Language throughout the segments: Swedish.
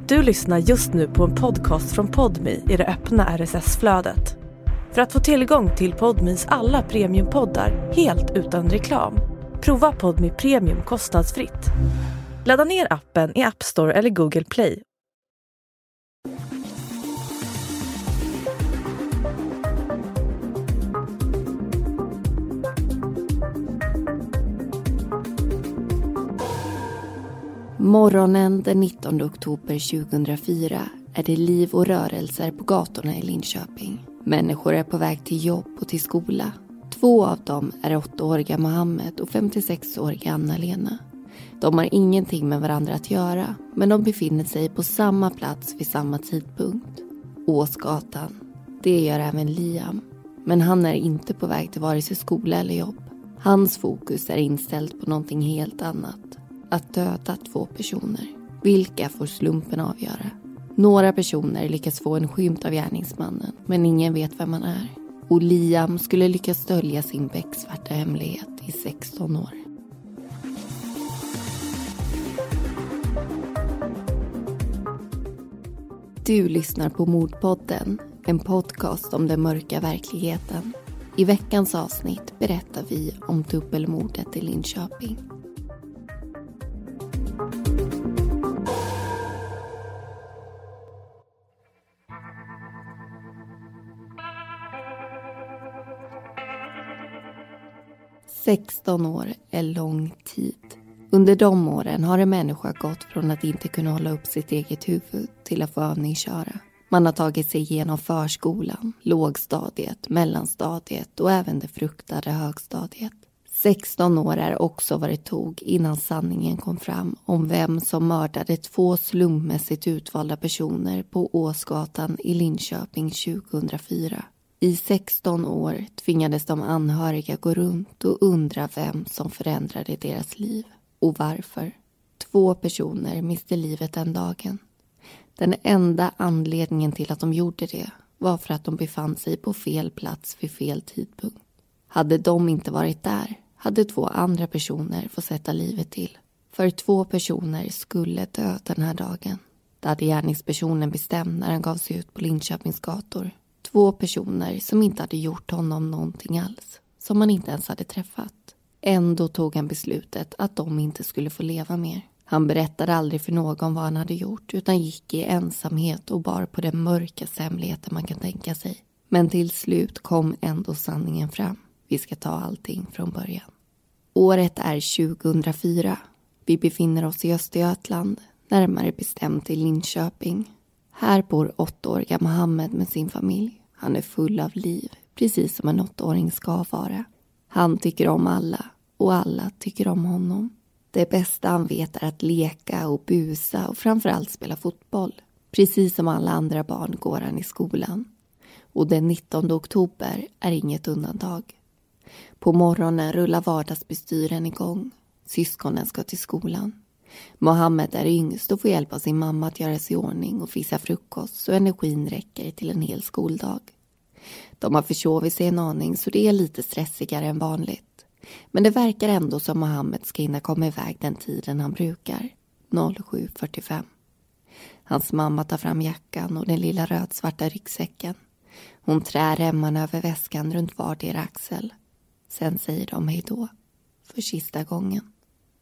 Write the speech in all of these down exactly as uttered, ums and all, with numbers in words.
Du lyssnar just nu på en podcast från Podmi i det öppna R S S-flödet. För att få tillgång till Podmis alla premiumpoddar helt utan reklam, prova Podmi Premium kostnadsfritt. Ladda ner appen i App Store eller Google Play. Morgonen den nittonde oktober tjugohundrafyra är det liv och rörelser på gatorna i Linköping. Människor är på väg till jobb och till skola. Två av dem är åttaåriga Mohammed och femtiosexåriga Anna-Lena. De har ingenting med varandra att göra, men de befinner sig på samma plats vid samma tidpunkt. Åsgatan. Det gör även Liam. Men han är inte på väg till vare sig skola eller jobb. Hans fokus är inställt på någonting helt annat. Att döda två personer. Vilka får slumpen avgöra? Några personer lyckas få en skymt av gärningsmannen, men ingen vet vem man är. Och Liam skulle lyckas dölja sin becksvarta hemlighet i sexton år. Du lyssnar på Mordpodden, en podcast om den mörka verkligheten. I veckans avsnitt berättar vi om dubbelmordet i Linköping. sexton år är lång tid. Under de åren har en människa gått från att inte kunna hålla upp sitt eget huvud till att få övningsköra. Man har tagit sig igenom förskolan, lågstadiet, mellanstadiet och även det fruktade högstadiet. sexton år är också vad det tog innan sanningen kom fram om vem som mördade två slumpmässigt utvalda personer på Åsgatan i Linköping tjugohundrafyra. I sexton år tvingades de anhöriga gå runt och undra vem som förändrade deras liv och varför. Två personer miste livet den dagen. Den enda anledningen till att de gjorde det var för att de befann sig på fel plats vid fel tidpunkt. Hade de inte varit där hade två andra personer fått sätta livet till. För två personer skulle dö den här dagen. Det hade gärningspersonen bestämt när han gav sig ut på Linköpings gator. Två personer som inte hade gjort honom någonting alls. Som han inte ens hade träffat. Ändå tog han beslutet att de inte skulle få leva mer. Han berättade aldrig för någon vad han hade gjort. Utan gick i ensamhet och bar på den mörkaste hemligheten man kan tänka sig. Men till slut kom ändå sanningen fram. Vi ska ta allting från början. Året är tjugohundrafyra. Vi befinner oss i Östergötland. Närmare bestämt i Linköping. Här bor åttaåriga Mohammed med sin familj. Han är full av liv, precis som en åttaåring ska vara. Han tycker om alla och alla tycker om honom. Det bästa han vet är att leka och busa och framförallt spela fotboll. Precis som alla andra barn går han i skolan. Och den nittonde oktober är inget undantag. På morgonen rullar vardagsbestyren igång. Syskonen ska till skolan. Mohammed är yngst och får hjälpa sin mamma att göra sig i ordning och fixa frukost så energin räcker till en hel skoldag. De har försovit sig en aning så det är lite stressigare än vanligt. Men det verkar ändå som Mohammed ska hinna komma iväg den tiden han brukar, sju fyrtiofem. Hans mamma tar fram jackan och den lilla rödsvarta ryggsäcken. Hon trär remmarna över väskan runt vardera axel. Sen säger de hej då, för sista gången.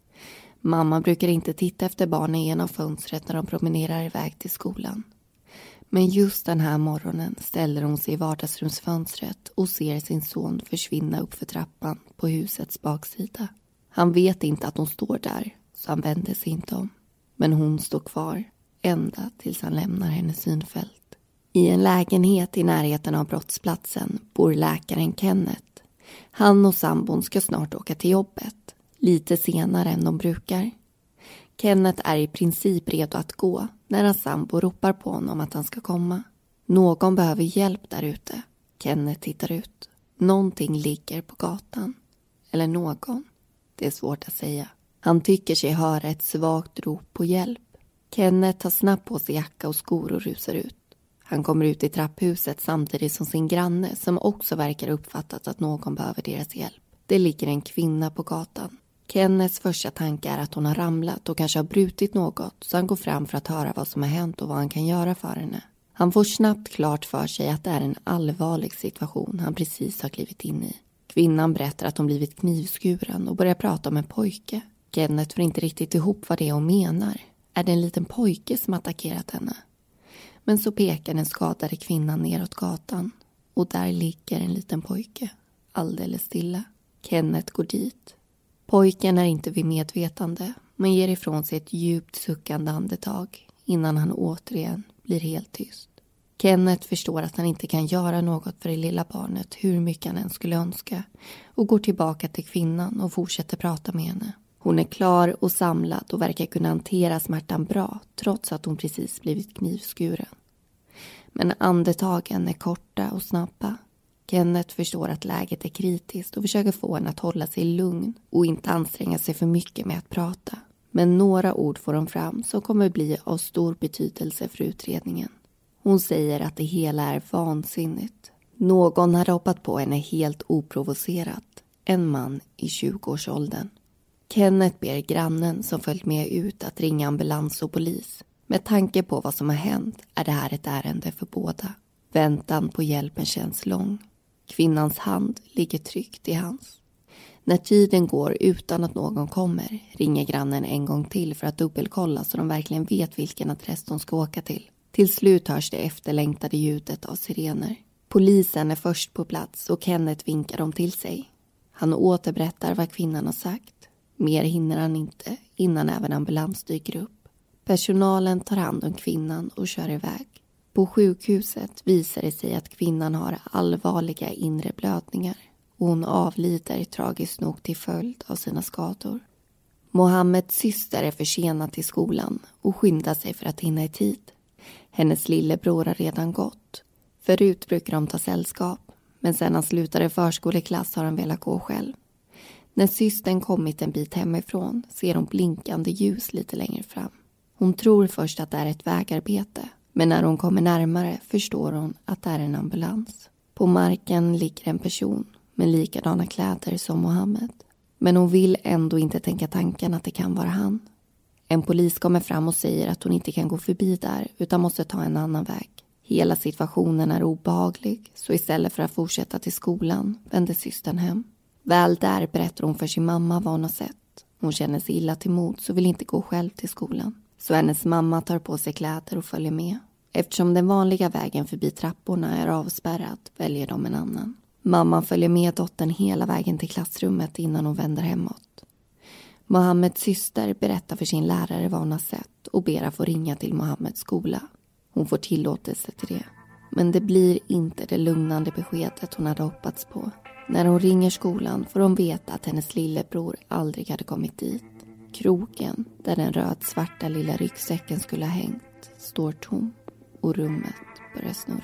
Mamma brukar inte titta efter barnen genom fönstret när de promenerar iväg till skolan. Men just den här morgonen ställer hon sig i vardagsrumsfönstret och ser sin son försvinna upp för trappan på husets baksida. Han vet inte att hon står där, så han vänder sig inte om. Men hon står kvar, ända tills han lämnar hennes synfält. I en lägenhet i närheten av brottsplatsen bor läkaren Kenneth. Han och sambon ska snart åka till jobbet. Lite senare än de brukar. Kenneth är i princip redo att gå när hans sambo ropar på honom att han ska komma. Någon behöver hjälp där ute. Kenneth tittar ut. Någonting ligger på gatan. Eller någon. Det är svårt att säga. Han tycker sig höra ett svagt rop på hjälp. Kenneth tar snabbt på sig jacka och skor och rusar ut. Han kommer ut i trapphuset samtidigt som sin granne som också verkar uppfattat att någon behöver deras hjälp. Det ligger en kvinna på gatan. Kennets första tanke är att hon har ramlat och kanske har brutit något, så han går fram för att höra vad som har hänt och vad han kan göra för henne. Han får snabbt klart för sig att det är en allvarlig situation han precis har klivit in i. Kvinnan berättar att hon blivit knivskuren och börjar prata om en pojke. Kenneth får inte riktigt ihop vad det är hon menar. Är det en liten pojke som attackerat henne? Men så pekar den skadade kvinnan neråt gatan och där ligger en liten pojke, alldeles stilla. Kenneth går dit. Pojken är inte vid medvetande, men ger ifrån sig ett djupt suckande andetag innan han återigen blir helt tyst. Kenneth förstår att han inte kan göra något för det lilla barnet hur mycket han än skulle önska och går tillbaka till kvinnan och fortsätter prata med henne. Hon är klar och samlad och verkar kunna hantera smärtan bra trots att hon precis blivit knivskuren. Men andetagen är korta och snabba. Kenneth förstår att läget är kritiskt och försöker få henne att hålla sig lugn och inte anstränga sig för mycket med att prata. Men några ord får hon fram som kommer bli av stor betydelse för utredningen. Hon säger att det hela är vansinnigt. Någon hade hoppat på henne helt oprovocerat. En man i tjugoårsåldern. Kenneth ber grannen som följt med ut att ringa ambulans och polis. Med tanke på vad som har hänt är det här ett ärende för båda. Väntan på hjälpen känns lång. Kvinnans hand ligger tryckt i hans. När tiden går utan att någon kommer ringer grannen en gång till för att dubbelkolla så de verkligen vet vilken adress de ska åka till. Till slut hörs det efterlängtade ljudet av sirener. Polisen är först på plats och Kenneth vinkar dem till sig. Han återberättar vad kvinnan har sagt. Mer hinner han inte innan även ambulans dyker upp. Personalen tar hand om kvinnan och kör iväg. På sjukhuset visar det sig att kvinnan har allvarliga inre blödningar och hon avlider tragiskt nog till följd av sina skador. Mohammeds syster är försenad till skolan och skyndar sig för att hinna i tid. Hennes lillebror har redan gått. Förut brukar de ta sällskap, men sedan han slutade förskoleklass har han velat gå själv. När systern kommit en bit hemifrån ser hon blinkande ljus lite längre fram. Hon tror först att det är ett vägarbete, men när hon kommer närmare förstår hon att det är en ambulans. På marken ligger en person med likadana kläder som Mohammed. Men hon vill ändå inte tänka tanken att det kan vara han. En polis kommer fram och säger att hon inte kan gå förbi där utan måste ta en annan väg. Hela situationen är obehaglig, så istället för att fortsätta till skolan vänder systern hem. Väl där berättar hon för sin mamma vad hon har sett. Hon känner sig illa till mods och vill inte gå själv till skolan. Så hennes mamma tar på sig kläder och följer med. Eftersom den vanliga vägen förbi trapporna är avspärrad väljer de en annan. Mamman följer med dottern hela vägen till klassrummet innan hon vänder hemåt. Mohammeds syster berättar för sin lärare vad hon har sett och ber att få ringa till Mohammeds skola. Hon får tillåtelse till det. Men det blir inte det lugnande beskedet hon hade hoppats på. När hon ringer skolan får hon veta att hennes lillebror aldrig hade kommit dit. Kroken där den röd-svarta lilla ryggsäcken skulle ha hängt står tom och rummet börjar snurra.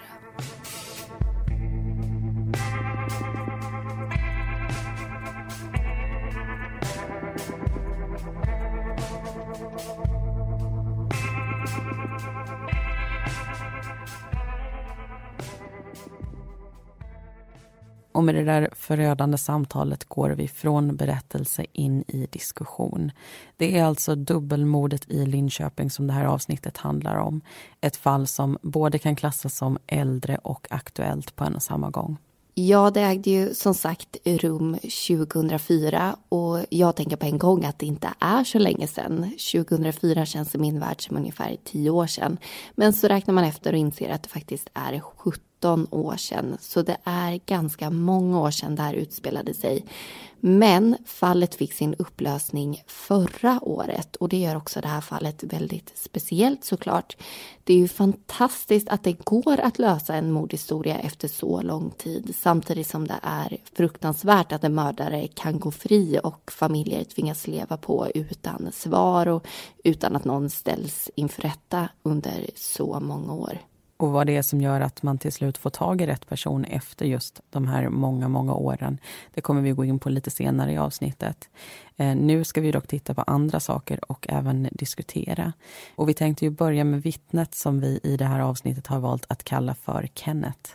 Och med det där förödande samtalet går vi från berättelse in i diskussion. Det är alltså dubbelmordet i Linköping som det här avsnittet handlar om. Ett fall som både kan klassas som äldre och aktuellt på en och samma gång. Ja, det ägde ju som sagt rum tjugohundrafyra och jag tänker på en gång att det inte är så länge sedan. tjugohundrafyra känns i min värld som ungefär tio år sedan. Men så räknar man efter och inser att det faktiskt är sjutton år sedan. Så det är ganska många år sedan det här utspelade sig. Men fallet fick sin upplösning förra året och det gör också det här fallet väldigt speciellt såklart. Det är ju fantastiskt att det går att lösa en mordhistoria efter så lång tid samtidigt som det är fruktansvärt att en mördare kan gå fri och familjer tvingas leva på utan svar och utan att någon ställs inför rätta under så många år. Och vad det är som gör att man till slut får tag i rätt person efter just de här många, många åren. Det kommer vi gå in på lite senare i avsnittet. Eh, nu ska vi dock titta på andra saker och även diskutera. Och vi tänkte ju börja med vittnet som vi i det här avsnittet har valt att kalla för Kenneth.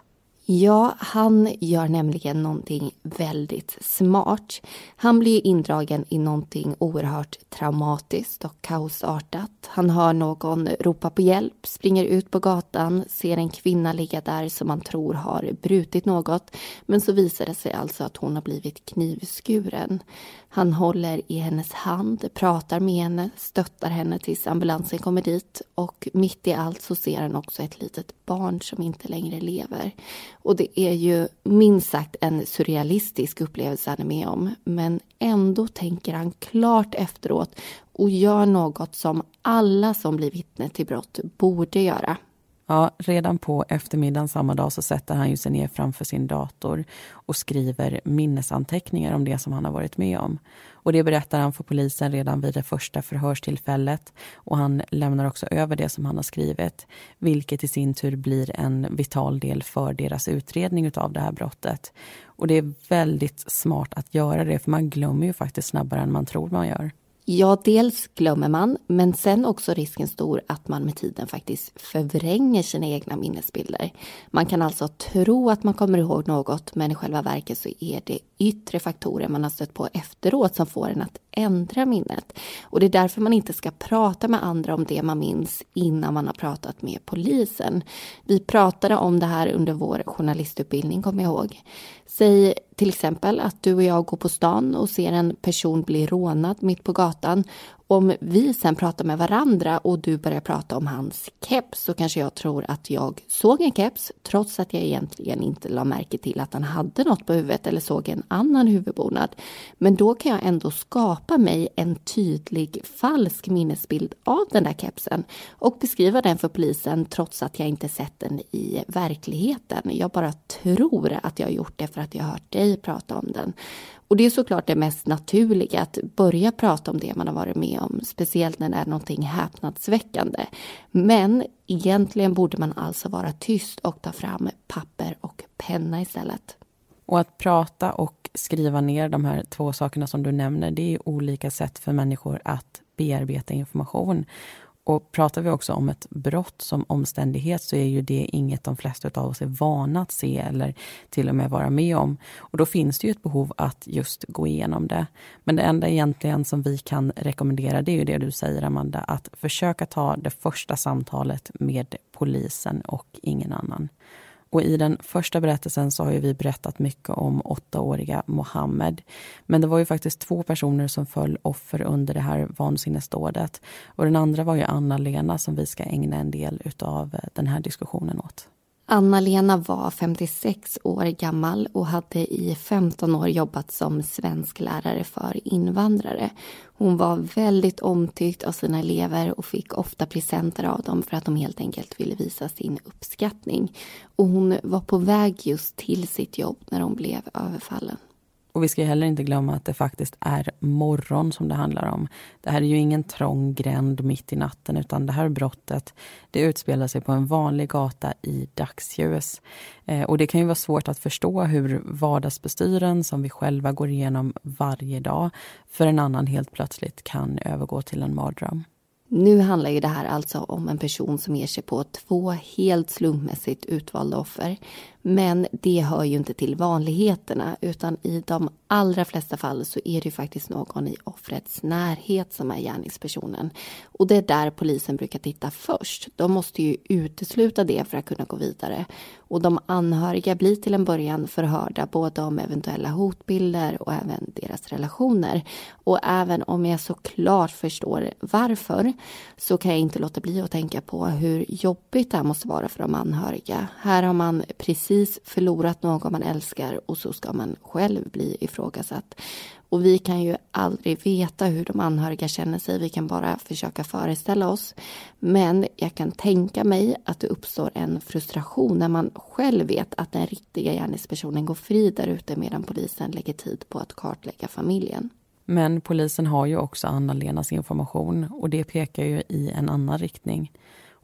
Ja, han gör nämligen någonting väldigt smart. Han blir indragen i någonting oerhört traumatiskt och kaosartat. Han hör någon ropa på hjälp, springer ut på gatan, ser en kvinna ligga där som man tror har brutit något. Men så visar det sig alltså att hon har blivit knivskuren. Han håller i hennes hand, pratar med henne, stöttar henne tills ambulansen kommer dit. Och mitt i allt så ser han också ett litet barn som inte längre lever. Och det är ju minst sagt en surrealistisk upplevelse han är med om. Men ändå tänker han klart efteråt och gör något som alla som blir vittne till brott borde göra. Ja, redan på eftermiddagen samma dag så sätter han ju sig ner framför sin dator och skriver minnesanteckningar om det som han har varit med om. Och det berättar han för polisen redan vid det första förhörstillfället, och han lämnar också över det som han har skrivit, vilket i sin tur blir en vital del för deras utredning av det här brottet. Och det är väldigt smart att göra det, för man glömmer ju faktiskt snabbare än man tror man gör. Ja, dels glömmer man, men sen också risken stor att man med tiden faktiskt förvränger sina egna minnesbilder. Man kan alltså tro att man kommer ihåg något, men i själva verket så är det yttre faktorer man har stött på efteråt som får en att ändra minnet. Och det är därför man inte ska prata med andra om det man minns innan man har pratat med polisen. Vi pratade om det här under vår journalistutbildning, kommer jag ihåg. Säg till exempel att du och jag går på stan och ser en person bli rånad mitt på gatan. Om vi sen pratar med varandra och du börjar prata om hans keps, så kanske jag tror att jag såg en keps trots att jag egentligen inte la märke till att han hade något på huvudet eller såg en annan huvudbonad. Men då kan jag ändå skapa mig en tydlig falsk minnesbild av den där kepsen och beskriva den för polisen trots att jag inte sett den i verkligheten. Jag bara tror att jag har gjort det för att jag har hört dig prata om den. Och det är såklart det mest naturliga, att börja prata om det man har varit med om, speciellt när det är någonting häpnadsväckande. Men egentligen borde man alltså vara tyst och ta fram papper och penna istället. Och att prata och skriva ner de här två sakerna som du nämner, det är olika sätt för människor att bearbeta information. Och pratar vi också om ett brott som omständighet, så är ju det inget de flesta av oss är vana att se eller till och med vara med om. Och då finns det ju ett behov att just gå igenom det. Men det enda egentligen som vi kan rekommendera, det är ju det du säger, Amanda, att försöka ta det första samtalet med polisen och ingen annan. Och i den första berättelsen så har ju vi berättat mycket om åttaåriga Mohammed. Men det var ju faktiskt två personer som föll offer under det här vansinnesdådet. Och den andra var ju Anna-Lena, som vi ska ägna en del utav den här diskussionen åt. Anna-Lena var femtiosex år gammal och hade i femton år jobbat som svensk lärare för invandrare. Hon var väldigt omtyckt av sina elever och fick ofta presenter av dem för att de helt enkelt ville visa sin uppskattning. Och hon var på väg just till sitt jobb när de blev överfallen. Och vi ska heller inte glömma att det faktiskt är morgon som det handlar om. Det här är ju ingen trång gränd mitt i natten, utan det här brottet, det utspelar sig på en vanlig gata i dagsljus. Eh, och det kan ju vara svårt att förstå hur vardagsbestyren som vi själva går igenom varje dag för en annan helt plötsligt kan övergå till en mardröm. Nu handlar ju det här alltså om en person som ger sig på två helt slumpmässigt utvalda offer. Men det hör ju inte till vanligheterna, utan i de allra flesta fall så är det ju faktiskt någon i offrets närhet som är gärningspersonen. Och det är där polisen brukar titta först. De måste ju utesluta det för att kunna gå vidare. Och de anhöriga blir till en början förhörda både om eventuella hotbilder och även deras relationer. Och även om jag såklart förstår varför, så kan jag inte låta bli att tänka på hur jobbigt det här måste vara för de anhöriga. Här har man precis förlorat någon man älskar och så ska man själv bli ifrågasatt. Och vi kan ju aldrig veta hur de anhöriga känner sig, vi kan bara försöka föreställa oss. Men jag kan tänka mig att det uppstår en frustration när man själv vet att den riktiga gärningspersonen går fri där ute medan polisen lägger tid på att kartlägga familjen. Men polisen har ju också Anna-Lenas information, och det pekar ju i en annan riktning.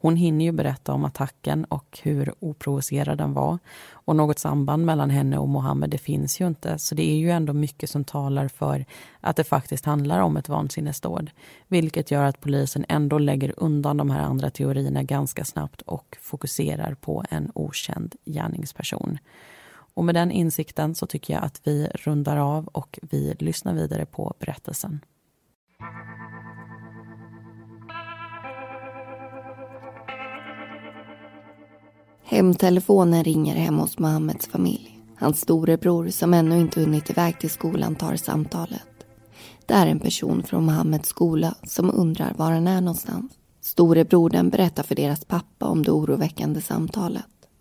Hon hinner ju berätta om attacken och hur oprovocerad den var. Och något samband mellan henne och Mohammed det finns ju inte. Så det är ju ändå mycket som talar för att det faktiskt handlar om ett vansinnesdåd. Vilket gör att polisen ändå lägger undan de här andra teorierna ganska snabbt och fokuserar på en okänd gärningsperson. Och med den insikten så tycker jag att vi rundar av och vi lyssnar vidare på berättelsen. Hemtelefonen ringer hem hos Mohammeds familj. Hans storebror som ännu inte hunnit iväg till skolan tar samtalet. Det är en person från Mohammeds skola som undrar var han är någonstans. Storebrodern berättar för deras pappa om det oroväckande samtalet.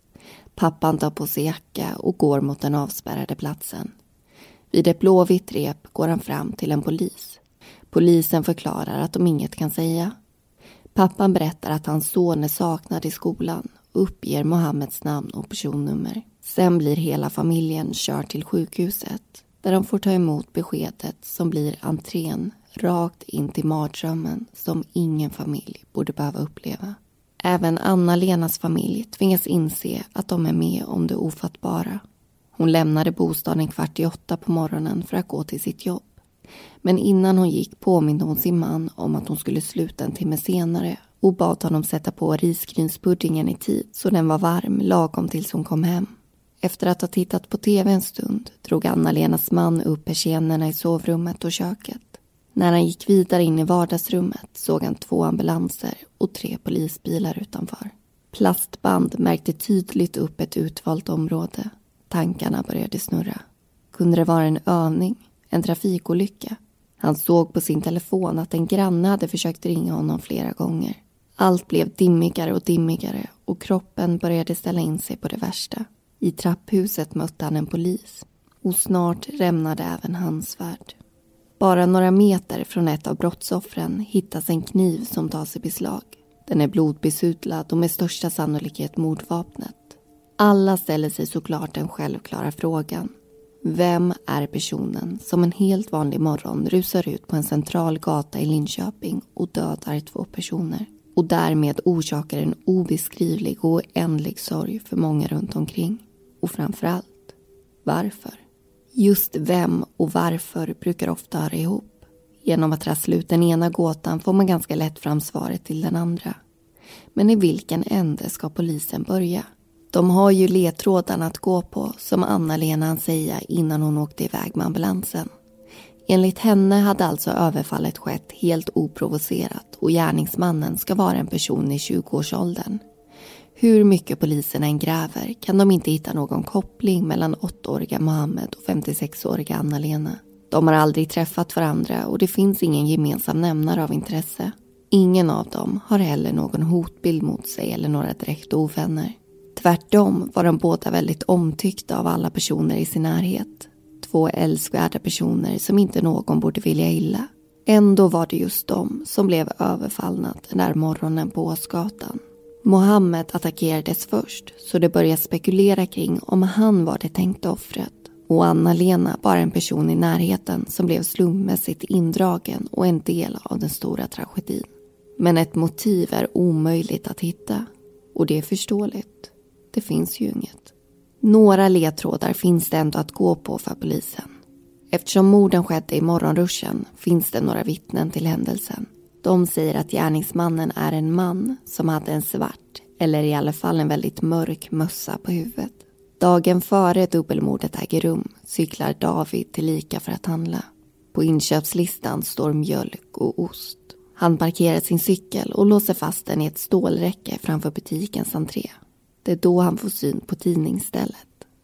Pappan tar på sig jacka och går mot den avspärrade platsen. Vid ett blåvitt rep går han fram till en polis. Polisen förklarar att de inget kan säga. Pappan berättar att hans son är saknad i skolan och uppger Mohammeds namn och personnummer. Sen blir hela familjen körd till sjukhuset där de får ta emot beskedet som blir entrén rakt in till mardrömmen som ingen familj borde behöva uppleva. Även Anna-Lenas familj tvingas inse att de är med om det ofattbara. Hon lämnade bostaden kvart i åtta på morgonen för att gå till sitt jobb. Men innan hon gick påminde hon sin man om att hon skulle sluta en timme senare och bad honom sätta på risgrynspuddingen i tid så den var varm lagom tills hon kom hem. Efter att ha tittat på tv en stund drog Anna-Lenas man upp persiennerna i sovrummet och köket. När han gick vidare in i vardagsrummet såg han två ambulanser och tre polisbilar utanför. Plastband märkte tydligt upp ett utvalt område. Tankarna började snurra. Kunde det vara en övning? En trafikolycka? Han såg på sin telefon att en granne hade försökt ringa honom flera gånger. Allt blev dimmigare och dimmigare och kroppen började ställa in sig på det värsta. I trapphuset mötte han en polis och snart rämnade även hans värld. Bara några meter från ett av brottsoffren hittas en kniv som tas i beslag. Den är blodbesutlad och med största sannolikhet mordvapnet. Alla ställer sig såklart den självklara frågan. Vem är personen som en helt vanlig morgon rusar ut på en central gata i Linköping och dödar två personer? Och därmed orsakar en obeskrivlig och oändlig sorg för många runt omkring. Och framförallt, varför? Just vem och varför brukar ofta höra ihop. Genom att rassla ut den ena gåtan får man ganska lätt fram svaret till den andra. Men i vilken ände ska polisen börja? De har ju ledtrådarna att gå på, som Anna-Lena hann säga innan hon åkte iväg med ambulansen. Enligt henne hade alltså överfallet skett helt oprovocerat och gärningsmannen ska vara en person i tjugoårsåldern. Hur mycket polisen än gräver kan de inte hitta någon koppling mellan åttaåriga Mohammed och femtiosexåriga Anna-Lena. De har aldrig träffat varandra och det finns ingen gemensam nämnare av intresse. Ingen av dem har heller någon hotbild mot sig eller några direkt ovänner. Tvärtom var de båda väldigt omtyckta av alla personer i sin närhet. Två älskvärda personer som inte någon borde vilja illa. Ändå var det just de som blev överfallna den där morgonen på Åsgatan. Mohammed attackerades först så det började spekulera kring om han var det tänkta offret. Och Anna-Lena bara en person i närheten som blev slumpmässigt indragen och en del av den stora tragedin. Men ett motiv är omöjligt att hitta och det är förståeligt. Det finns ju inget. Några ledtrådar finns det ändå att gå på för polisen. Eftersom morden skedde i morgonruschen finns det några vittnen till händelsen. De säger att gärningsmannen är en man som hade en svart, eller i alla fall en väldigt mörk mössa på huvudet. Dagen före dubbelmordet äger rum cyklar David till Ica för att handla. På inköpslistan står mjölk och ost. Han parkerar sin cykel och låser fast den i ett stålräcke framför butikens entré. Det är då han får syn på tidningsstället.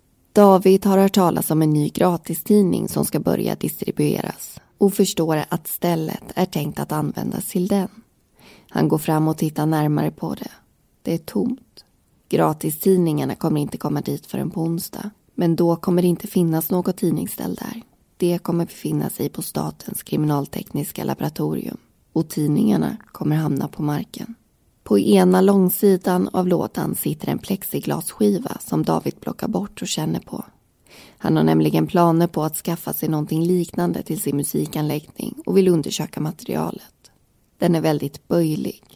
David har hört talas om en ny gratistidning som ska börja distribueras och förstår att stället är tänkt att användas till den. Han går fram och tittar närmare på det. Det är tomt. Gratistidningarna kommer inte komma dit förrän på onsdag. Men då kommer det inte finnas något tidningsställ där. Det kommer befinna sig på statens kriminaltekniska laboratorium. Och tidningarna kommer hamna på marken. På ena långsidan av lådan sitter en plexiglasskiva som David plockar bort och känner på. Han har nämligen planer på att skaffa sig någonting liknande till sin musikanläggning och vill undersöka materialet. Den är väldigt böjlig.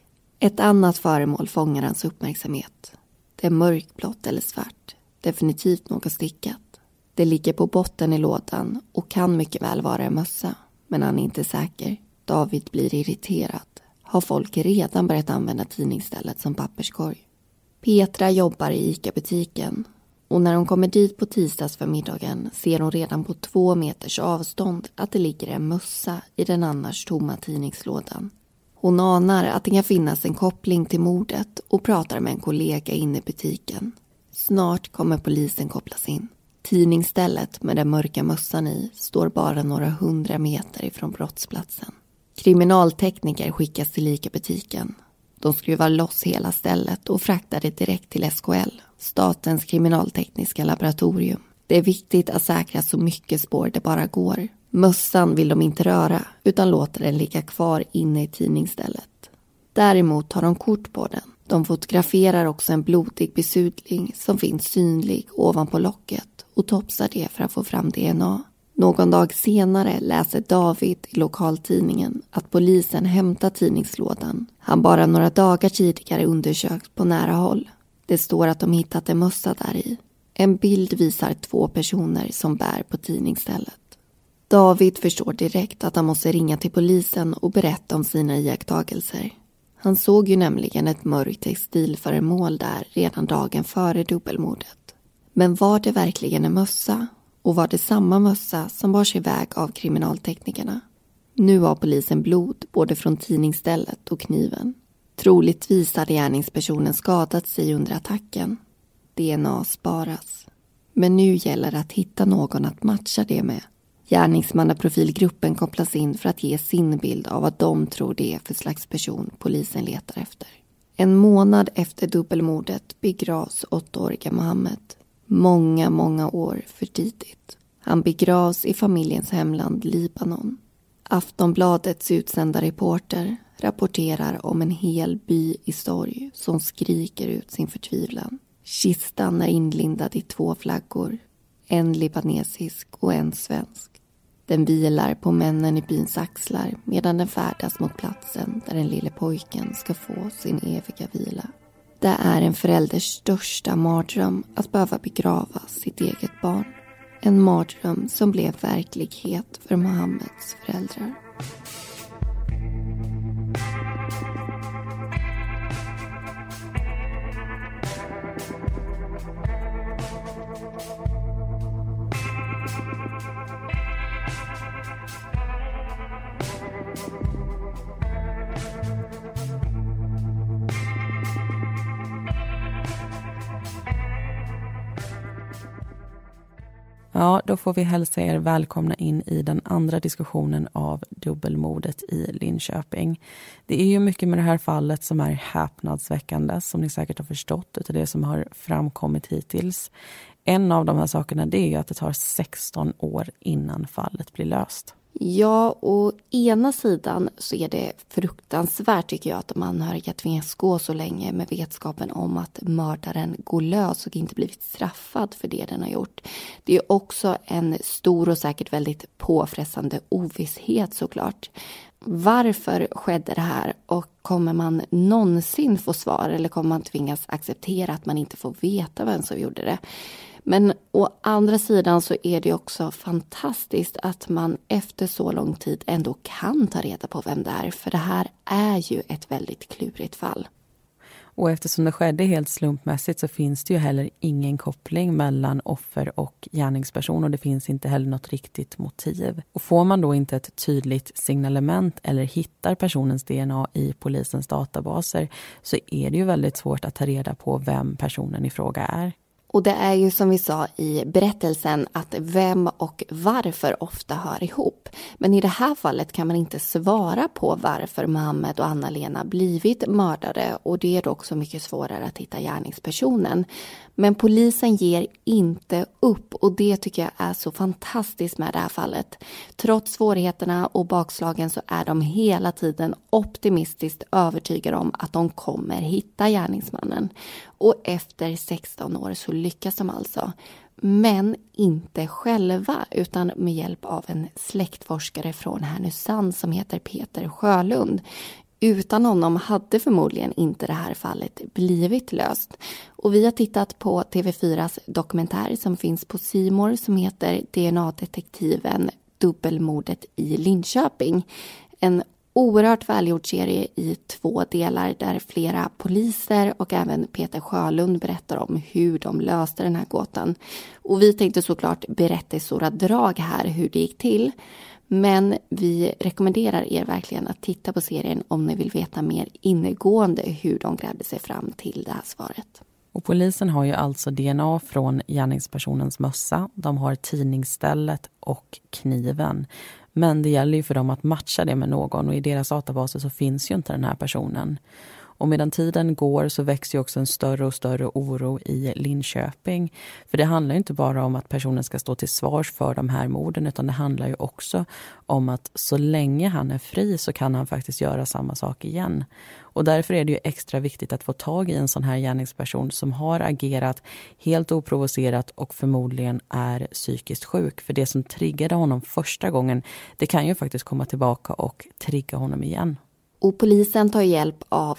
Ett annat föremål fångar hans uppmärksamhet. Det är mörkblått eller svart. Definitivt något stickat. Det ligger på botten i lådan och kan mycket väl vara en mössa. Men han är inte säker. David blir irriterad. Har folk redan börjat använda tidningsstället som papperskorg? Petra jobbar i ICA-butiken. Och när hon kommer dit på tisdags för middagen ser hon redan på två meters avstånd att det ligger en mössa i den annars tomma tidningslådan. Hon anar att det kan finnas en koppling till mordet och pratar med en kollega inne i butiken. Snart kommer polisen kopplas in. Tidningsstället med den mörka mössan i står bara några hundra meter ifrån brottsplatsen. Kriminaltekniker skickas till ICA-butiken. De skruvar loss hela stället och fraktar det direkt till S K L, Statens kriminaltekniska laboratorium. Det är viktigt att säkra så mycket spår det bara går. Mössan vill de inte röra utan låter den ligga kvar inne i tidningsstället. Däremot tar de kort på den. De fotograferar också en blodig besudling som finns synlig ovanpå locket och topsar det för att få fram D N A. Någon dag senare läser David i lokaltidningen att polisen hämtar tidningslådan. Han bara några dagar tidigare undersökt på nära håll. Det står att de hittat en mössa där i. En bild visar två personer som bär på tidningsstället. David förstår direkt att han måste ringa till polisen och berätta om sina iakttagelser. Han såg ju nämligen ett mörkt textilföremål där redan dagen före dubbelmordet. Men var det verkligen en mössa? Och var det samma mössa som bars iväg av kriminalteknikerna? Nu har polisen blod både från tidningsstället och kniven. Troligtvis hade gärningspersonen skadat sig under attacken. D N A sparas. Men nu gäller det att hitta någon att matcha det med. Gärningsmannaprofilgruppen kopplas in för att ge sin bild av vad de tror det är för slags person polisen letar efter. En månad efter dubbelmordet begravs åttaåriga Mohammed. Många, många år för tidigt. Han begravs i familjens hemland Libanon. Aftonbladets utsända reporter rapporterar om en hel by i sorg som skriker ut sin förtvivlan. Kistan är inlindad i två flaggor, en libanesisk och en svensk. Den vilar på männen i byns axlar medan den färdas mot platsen där den lille pojken ska få sin eviga vila. Det är en förälders största mardröm att behöva begrava sitt eget barn. En mardröm som blev verklighet för Mohammeds föräldrar. Ja, då får vi hälsa er välkomna in i den andra diskussionen av dubbelmordet i Linköping. Det är ju mycket med det här fallet som är häpnadsväckande, som ni säkert har förstått utav det som har framkommit hittills. En av de här sakerna det är ju att det tar sexton år innan fallet blir löst. Ja, och ena sidan så är det fruktansvärt tycker jag att de anhöriga tvingas gå så länge med vetskapen om att mördaren går lös och inte blivit straffad för det den har gjort. Det är också en stor och säkert väldigt påfrestande ovisshet såklart. Varför skedde det här och kommer man någonsin få svar eller kommer man tvingas acceptera att man inte får veta vem som gjorde det? Men å andra sidan så är det också fantastiskt att man efter så lång tid ändå kan ta reda på vem det är. För det här är ju ett väldigt klurigt fall. Och eftersom det skedde helt slumpmässigt så finns det ju heller ingen koppling mellan offer och gärningsperson och det finns inte heller något riktigt motiv. Och får man då inte ett tydligt signalement eller hittar personens D N A i polisens databaser så är det ju väldigt svårt att ta reda på vem personen i fråga är. Och det är ju som vi sa i berättelsen att vem och varför ofta hör ihop. Men i det här fallet kan man inte svara på varför Mohammed och Anna-Lena blivit mördade. Och det är då också mycket svårare att hitta gärningspersonen. Men polisen ger inte upp och det tycker jag är så fantastiskt med det här fallet. Trots svårigheterna och bakslagen så är de hela tiden optimistiskt övertygade om att de kommer hitta gärningsmannen. Och efter sexton år så lyckas de alltså. Men inte själva utan med hjälp av en släktforskare från Härnösand som heter Peter Sjölund. utan honom hade förmodligen inte det här fallet blivit löst. Och vi har tittat på T V fyras dokumentär som finns på C More som heter D N A-detektiven Dubbelmordet i Linköping. En oerhört välgjord serie i två delar där flera poliser och även Peter Sjölund berättar om hur de löste den här gåtan. Och vi tänkte såklart berätta i stora drag här hur det gick till. Men vi rekommenderar er verkligen att titta på serien om ni vill veta mer ingående hur de grävde sig fram till det här svaret. Och polisen har ju alltså D N A från gärningspersonens mössa. De har tidningsstället och kniven. Men det gäller ju för dem att matcha det med någon och i deras databaser så finns ju inte den här personen. Och medan tiden går så växer ju också en större och större oro i Linköping. För det handlar ju inte bara om att personen ska stå till svars för de här morden utan det handlar ju också om att så länge han är fri så kan han faktiskt göra samma sak igen. Och därför är det ju extra viktigt att få tag i en sån här gärningsperson som har agerat helt oprovocerat och förmodligen är psykiskt sjuk. För det som triggade honom första gången, det kan ju faktiskt komma tillbaka och trigga honom igen. Och polisen tar hjälp av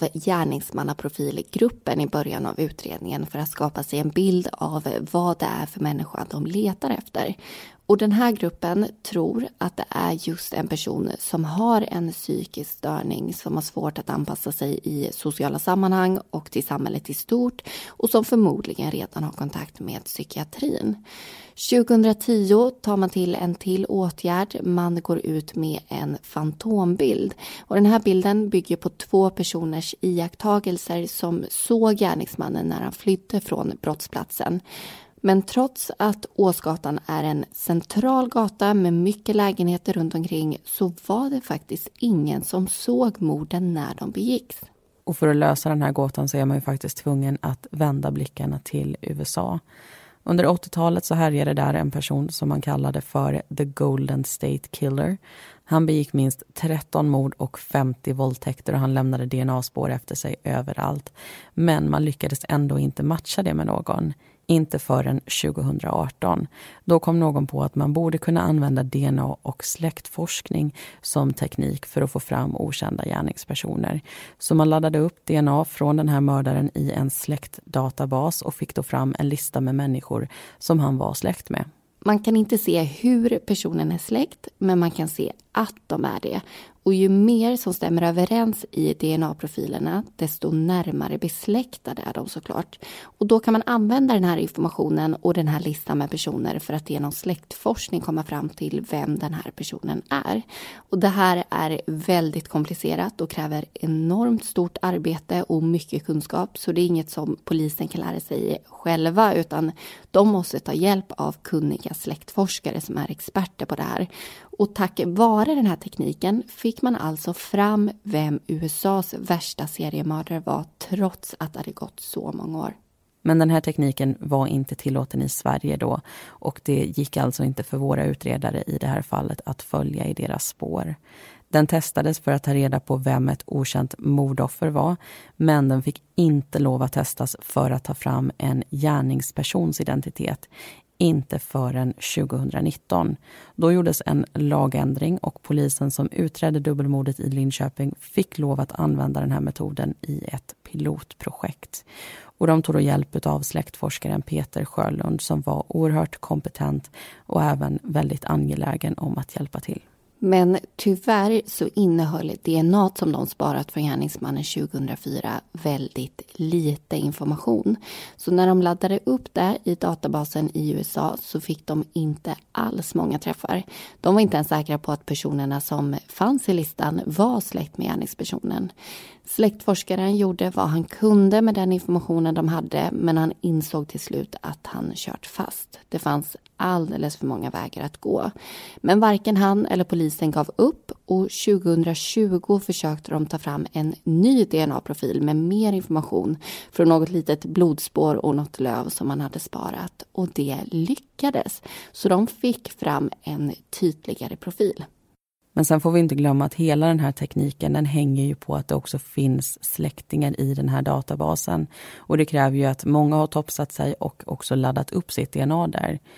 gärningsmannaprofilgruppen i början av utredningen för att skapa sig en bild av vad det är för människa de letar efter. Och den här gruppen tror att det är just en person som har en psykisk störning som har svårt att anpassa sig i sociala sammanhang och till samhället i stort och som förmodligen redan har kontakt med psykiatrin. tjugohundratio tar man till en till åtgärd. Man går ut med en fantombild. Och den här bilden bygger på två personers iakttagelser som såg gärningsmannen när han flydde från brottsplatsen. Men trots att Åsgatan är en central gata med mycket lägenheter runt omkring så var det faktiskt ingen som såg morden när de begicks. Och för att lösa den här gåtan så är man ju faktiskt tvungen att vända blickarna till U S A. Under åttiotalet så härjade där en person som man kallade för The Golden State Killer. Han begick minst tretton mord och femtio våldtäkter och han lämnade D N A-spår efter sig överallt. Men man lyckades ändå inte matcha det med någon. Inte förrän tjugohundraarton. Då kom någon på att man borde kunna använda D N A och släktforskning som teknik för att få fram okända gärningspersoner. Så man laddade upp D N A från den här mördaren i en släktdatabas och fick då fram en lista med människor som han var släkt med. Man kan inte se hur personen är släkt, men man kan se att de är det. Och ju mer som stämmer överens i D N A-profilerna, desto närmare besläktade är de såklart. Och då kan man använda den här informationen och den här listan med personer för att genom släktforskning komma fram till vem den här personen är. Och det här är väldigt komplicerat och kräver enormt stort arbete och mycket kunskap. Så det är inget som polisen kan lära sig själva, utan de måste ta hjälp av kunniga släktforskare som är experter på det här. Och tack vare den här tekniken fick man alltså fram vem U S A:s värsta seriemördare var trots att det hade gått så många år. Men den här tekniken var inte tillåten i Sverige då och det gick alltså inte för våra utredare i det här fallet att följa i deras spår. Den testades för att ta reda på vem ett okänt mordoffer var, men den fick inte lov att testas för att ta fram en gärningspersons identitet. Inte förrän tjugohundranitton. Då gjordes en lagändring och polisen som utredde dubbelmordet i Linköping fick lov att använda den här metoden i ett pilotprojekt. Och de tog då hjälp av släktforskaren Peter Sjölund som var oerhört kompetent och även väldigt angelägen om att hjälpa till. Men tyvärr så innehöll D N A som de sparat från gärningsmannen tjugohundrafyra väldigt lite information. Så när de laddade upp det i databasen i U S A så fick de inte alls många träffar. De var inte ens säkra på att personerna som fanns i listan var släkt med gärningspersonen. Släktforskaren gjorde vad han kunde med den informationen de hade, men han insåg till slut att han kört fast. Det fanns alldeles för många vägar att gå. Men varken han eller polisen gav upp och tjugohundratjugo försökte de ta fram en ny D N A-profil med mer information från något litet blodspår och något löv som man hade sparat. Och det lyckades. Så de fick fram en tydligare profil. Men sen får vi inte glömma att hela den här tekniken den hänger ju på att det också finns släktingar i den här databasen. Och det kräver ju att många har toppsat sig och också laddat upp sitt D N A där.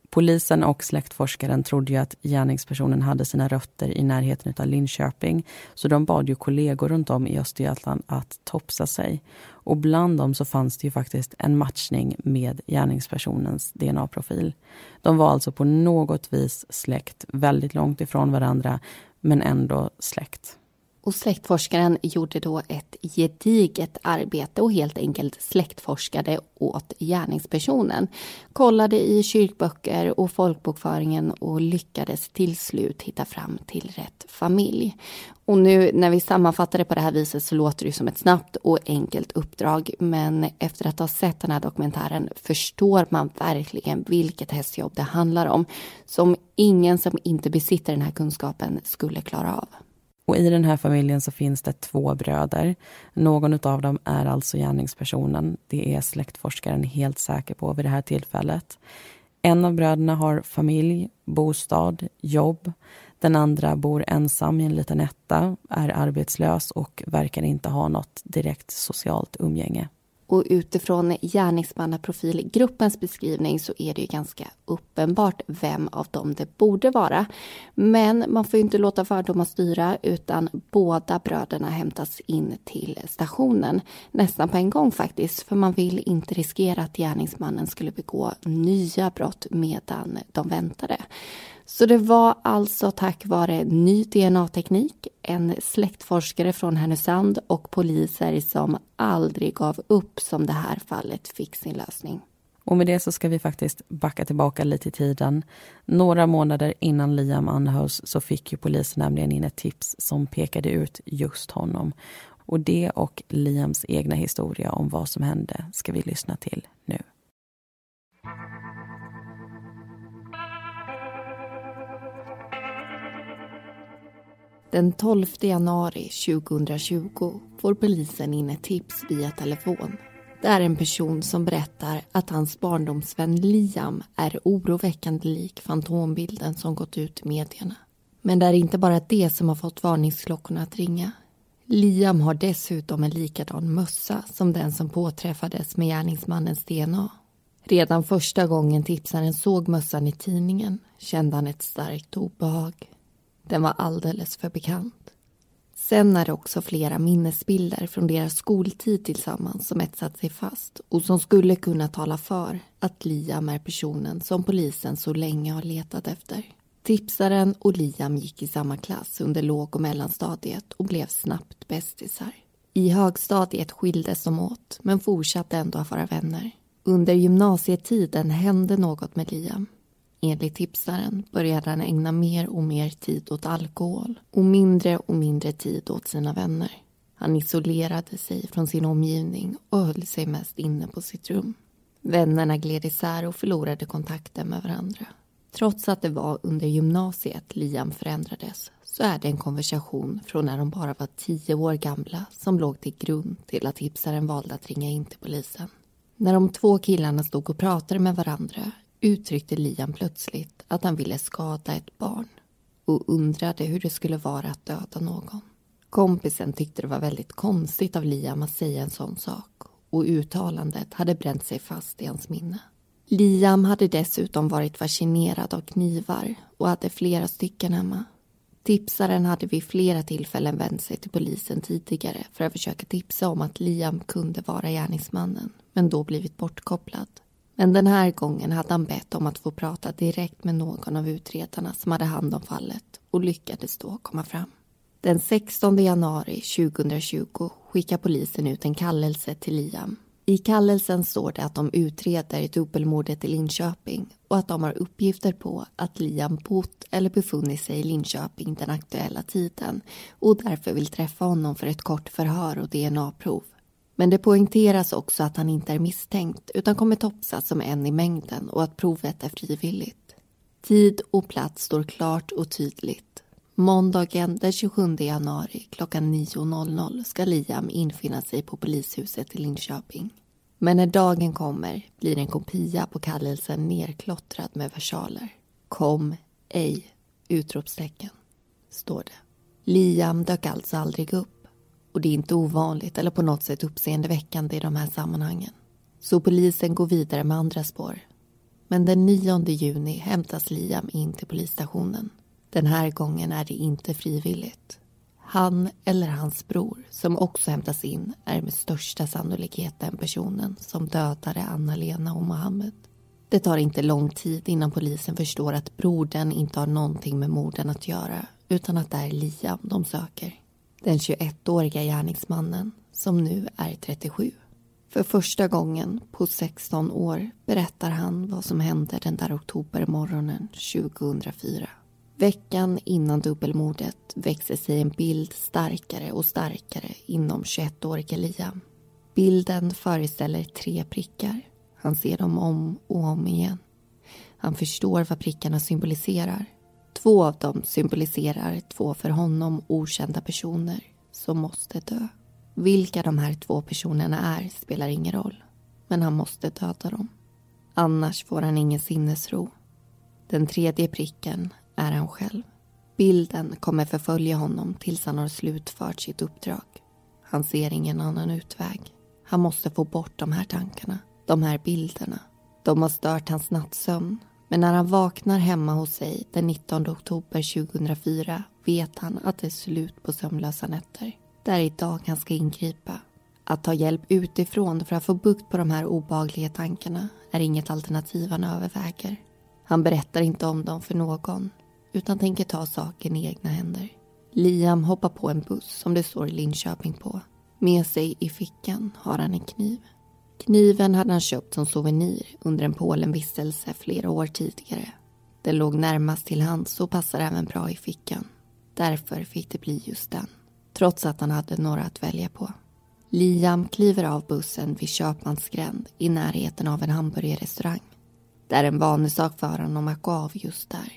Polisen och släktforskaren trodde ju att gärningspersonen hade sina rötter i närheten av Linköping, så de bad ju kollegor runt om i Östergötland att topsa sig. Och bland dem så fanns det ju faktiskt en matchning med gärningspersonens D N A-profil. De var alltså på något vis släkt, väldigt långt ifrån varandra, men ändå släkt. Och släktforskaren gjorde då ett gediget arbete och helt enkelt släktforskade åt gärningspersonen. Kollade i kyrkböcker och folkbokföringen och lyckades till slut hitta fram till rätt familj. Och nu när vi sammanfattar det på det här viset så låter det som ett snabbt och enkelt uppdrag. Men efter att ha sett den här dokumentären förstår man verkligen vilket hästjobb det handlar om. Som ingen som inte besitter den här kunskapen skulle klara av. Och i den här familjen så finns det två bröder. Någon av dem är alltså gärningspersonen. Det är släktforskaren helt säker på vid det här tillfället. En av bröderna har familj, bostad, jobb. Den andra bor ensam i en liten etta, är arbetslös och verkar inte ha något direkt socialt umgänge. Och utifrån gärningsmannaprofilgruppens beskrivning så är det ju ganska uppenbart vem av dem det borde vara. Men man får ju inte låta fördomar styra utan båda bröderna hämtas in till stationen. Nästan på en gång faktiskt, för man vill inte riskera att gärningsmannen skulle begå nya brott medan de väntade. Så det var alltså tack vare ny D N A-teknik, en släktforskare från Härnösand och poliser som aldrig gav upp som det här fallet fick sin lösning. Och med det så ska vi faktiskt backa tillbaka lite i tiden. Några månader innan Liam anhölls så fick ju polisen nämligen in ett tips som pekade ut just honom. Och det och Liams egna historia om vad som hände ska vi lyssna till nu. Den tolfte januari tjugohundratjugo får polisen in ett tips via telefon. Det är en person som berättar att hans barndomsvän Liam är oroväckande lik fantombilden som gått ut i medierna. Men det är inte bara det som har fått varningsklockorna att ringa. Liam har dessutom en likadan mössa som den som påträffades med gärningsmannens D N A. Redan första gången tipsaren såg mössan i tidningen kände han ett starkt obehag. Den var alldeles för bekant. Sen är det också flera minnesbilder från deras skoltid tillsammans som etsat sig fast och som skulle kunna tala för att Liam är personen som polisen så länge har letat efter. Tipsaren och Liam gick i samma klass under låg- och mellanstadiet och blev snabbt bästisar. I högstadiet skildes de åt men fortsatte ändå att vara vänner. Under gymnasietiden hände något med Liam. Enligt tipsaren började han ägna mer och mer tid åt alkohol och mindre och mindre tid åt sina vänner. Han isolerade sig från sin omgivning och höll sig mest inne på sitt rum. Vännerna gled isär och förlorade kontakten med varandra. Trots att det var under gymnasiet Liam förändrades så är det en konversation från när de bara var tio år gamla som låg till grund till att tipsaren valde att ringa in till polisen. När de två killarna stod och pratade med varandra uttryckte Liam plötsligt att han ville skada ett barn och undrade hur det skulle vara att döda någon. Kompisen tyckte det var väldigt konstigt av Liam att säga en sån sak och uttalandet hade bränt sig fast i hans minne. Liam hade dessutom varit fascinerad av knivar och hade flera stycken hemma. Tipsaren hade vid flera tillfällen vänt sig till polisen tidigare för att försöka tipsa om att Liam kunde vara gärningsmannen, men då blivit bortkopplad. Men den här gången hade han bett om att få prata direkt med någon av utredarna som hade hand om fallet och lyckades då komma fram. Den sextonde januari tjugohundratjugo skickar polisen ut en kallelse till Liam. I kallelsen står det att de utreder dubbelmordet i Linköping och att de har uppgifter på att Liam bott eller befunnit sig i Linköping den aktuella tiden och därför vill träffa honom för ett kort förhör och D N A-prov. Men det poängteras också att han inte är misstänkt utan kommer topsas som en i mängden och att provet är frivilligt. Tid och plats står klart och tydligt. Måndagen den tjugosjunde januari klockan nio ska Liam infinna sig på polishuset i Linköping. Men när dagen kommer blir en kopia på kallelsen nerklottrad med versaler. Kom ej, utropstecken, står det. Liam dök alltså aldrig upp. Och det är inte ovanligt eller på något sätt uppseendeväckande i de här sammanhangen. Så polisen går vidare med andra spår. Men den nionde juni hämtas Liam in till polisstationen. Den här gången är det inte frivilligt. Han eller hans bror som också hämtas in är med största sannolikhet den personen som dödade Anna-Lena och Mohammed. Det tar inte lång tid innan polisen förstår att brodern inte har någonting med morden att göra utan att det är Liam de söker. Den tjugoettåriga gärningsmannen som nu är trettiosju. För första gången på sexton år berättar han vad som hände den där oktobermorgonen tjugohundrafyra. Veckan innan dubbelmordet växer sig en bild starkare och starkare inom tjugoettåriga Liam. Bilden föreställer tre prickar. Han ser dem om och om igen. Han förstår vad prickarna symboliserar. Två av dem symboliserar två för honom okända personer som måste dö. Vilka de här två personerna är spelar ingen roll. Men han måste döda dem. Annars får han ingen sinnesro. Den tredje pricken är han själv. Bilden kommer förfölja honom tills han har slutfört sitt uppdrag. Han ser ingen annan utväg. Han måste få bort de här tankarna. De här bilderna. De har stört hans nattsömn. Men när han vaknar hemma hos sig den nittonde oktober tjugohundrafyra vet han att det är slut på sömnlösa nätter. Det är idag han ska ingripa. Att ta hjälp utifrån för att få bukt på de här obehagliga tankarna är inget alternativ han överväger. Han berättar inte om dem för någon utan tänker ta saken i egna händer. Liam hoppar på en buss som det står Linköping på. Med sig i fickan har han en kniv. Kniven hade han köpt som souvenir under en Polenvistelse flera år tidigare. Den låg närmast till hands och passade även bra i fickan. Därför fick det bli just den. Trots att han hade några att välja på. Liam kliver av bussen vid Köpmansgränd i närheten av en hamburgerrestaurang. Det är en vanlig sak för honom att gå av just där.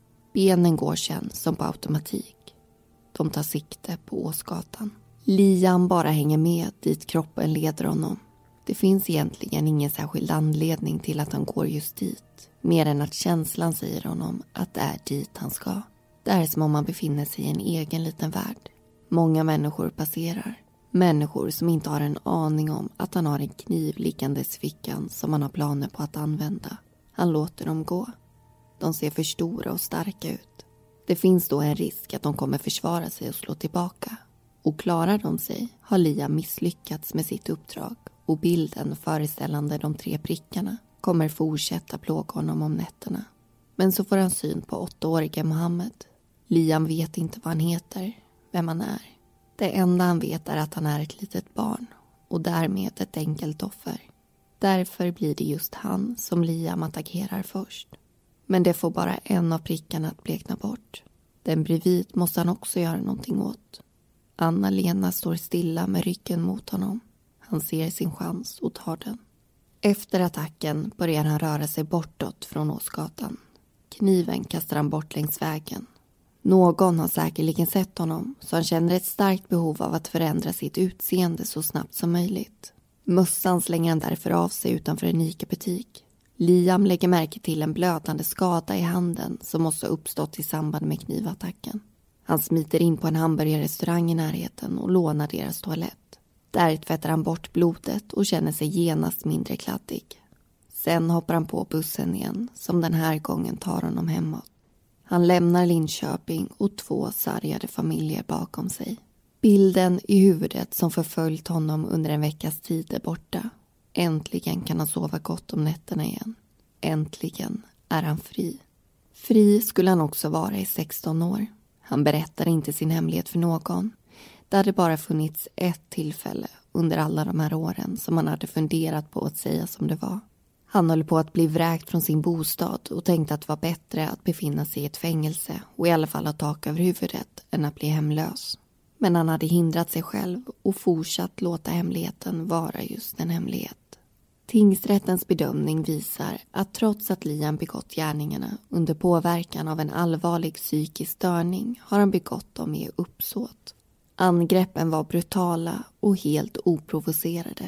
Benen går sen som på automatik. De tar sikte på Åsgatan. Liam bara hänger med dit kroppen leder honom. Det finns egentligen ingen särskild anledning till att han går just dit. Mer än att känslan säger honom att det är dit han ska. Det är som om han befinner sig i en egen liten värld. Många människor passerar. Människor som inte har en aning om att han har en kniv liggandes i fickan som han har planer på att använda. Han låter dem gå. De ser för stora och starka ut. Det finns då en risk att de kommer försvara sig och slå tillbaka. Och klarar de sig har Liam misslyckats med sitt uppdrag. Och bilden föreställande de tre prickarna kommer fortsätta plåga honom om nätterna. Men så får han syn på åttaåriga Mohammed. Liam vet inte vad han heter, vem han är. Det enda han vet är att han är ett litet barn och därmed ett enkelt offer. Därför blir det just han som Liam attackerar först. Men det får bara en av prickarna att blekna bort. Den bredvid måste han också göra någonting åt. Anna-Lena står stilla med ryggen mot honom. Han ser sin chans och tar den. Efter attacken börjar han röra sig bortåt från Åsgatan. Kniven kastar han bort längs vägen. Någon har säkerligen sett honom så han känner ett starkt behov av att förändra sitt utseende så snabbt som möjligt. Mössan slänger han därför av sig utanför en Ica-butik. Liam lägger märke till en blödande skada i handen som måste ha uppstått i samband med knivattacken. Han smiter in på en hamburgerrestaurang i närheten och lånar deras toalett. Där tvättar han bort blodet och känner sig genast mindre kladdig. Sen hoppar han på bussen igen som den här gången tar honom hemåt. Han lämnar Linköping och två sargade familjer bakom sig. Bilden i huvudet som förföljt honom under en veckas tid är borta. Äntligen kan han sova gott om nätterna igen. Äntligen är han fri. Fri skulle han också vara i sexton år. Han berättar inte sin hemlighet för någon. Det hade bara funnits ett tillfälle under alla de här åren som han hade funderat på att säga som det var. Han höll på att bli vräkt från sin bostad och tänkte att det var bättre att befinna sig i ett fängelse och i alla fall ha tak över huvudet än att bli hemlös. Men han hade hindrat sig själv och fortsatt låta hemligheten vara just en hemlighet. Tingsrättens bedömning visar att trots att Liam begått gärningarna under påverkan av en allvarlig psykisk störning har han begått dem i uppsåt. Angreppen var brutala och helt oprovocerade.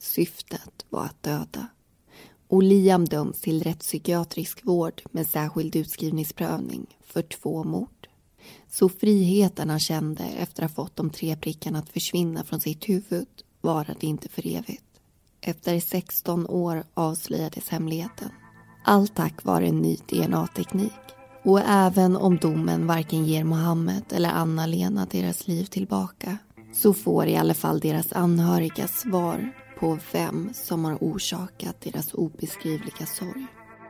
Syftet var att döda. Och Liam döms till rättspsykiatrisk vård med särskild utskrivningsprövning för två mord. Så friheten han kände efter att ha fått de tre prickarna att försvinna från sitt huvud varade inte för evigt. Efter sexton år avslöjades hemligheten. Allt tack vare en ny D N A-teknik. Och även om domen varken ger Mohammed eller Anna-Lena deras liv tillbaka, så får i alla fall deras anhöriga svar på vem som har orsakat deras obeskrivliga sorg.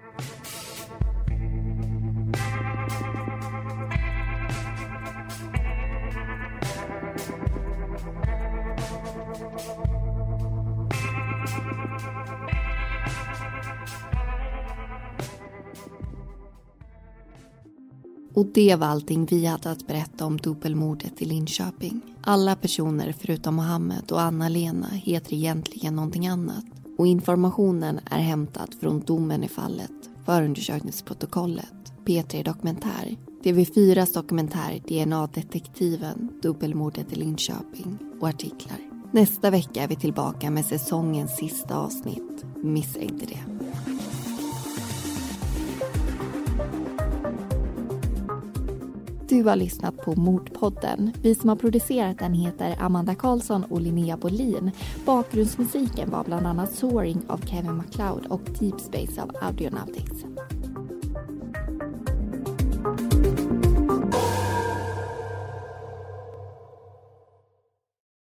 Och det var allting vi hade att berätta om dubbelmordet i Linköping. Alla personer förutom Mohammed och Anna-Lena heter egentligen någonting annat. Och informationen är hämtad från domen i fallet, förundersökningsprotokollet, P tre Dokumentär, T V fyras dokumentär D N A-detektiven, dubbelmordet i Linköping och artiklar. Nästa vecka är vi tillbaka med säsongens sista avsnitt. Missa inte det. Du har lyssnat på Mordpodden. Vi som har producerat den heter Amanda Karlsson och Linnea Bolin. Bakgrundsmusiken var bland annat Soaring av Kevin MacLeod och Deep Space av Audionautics.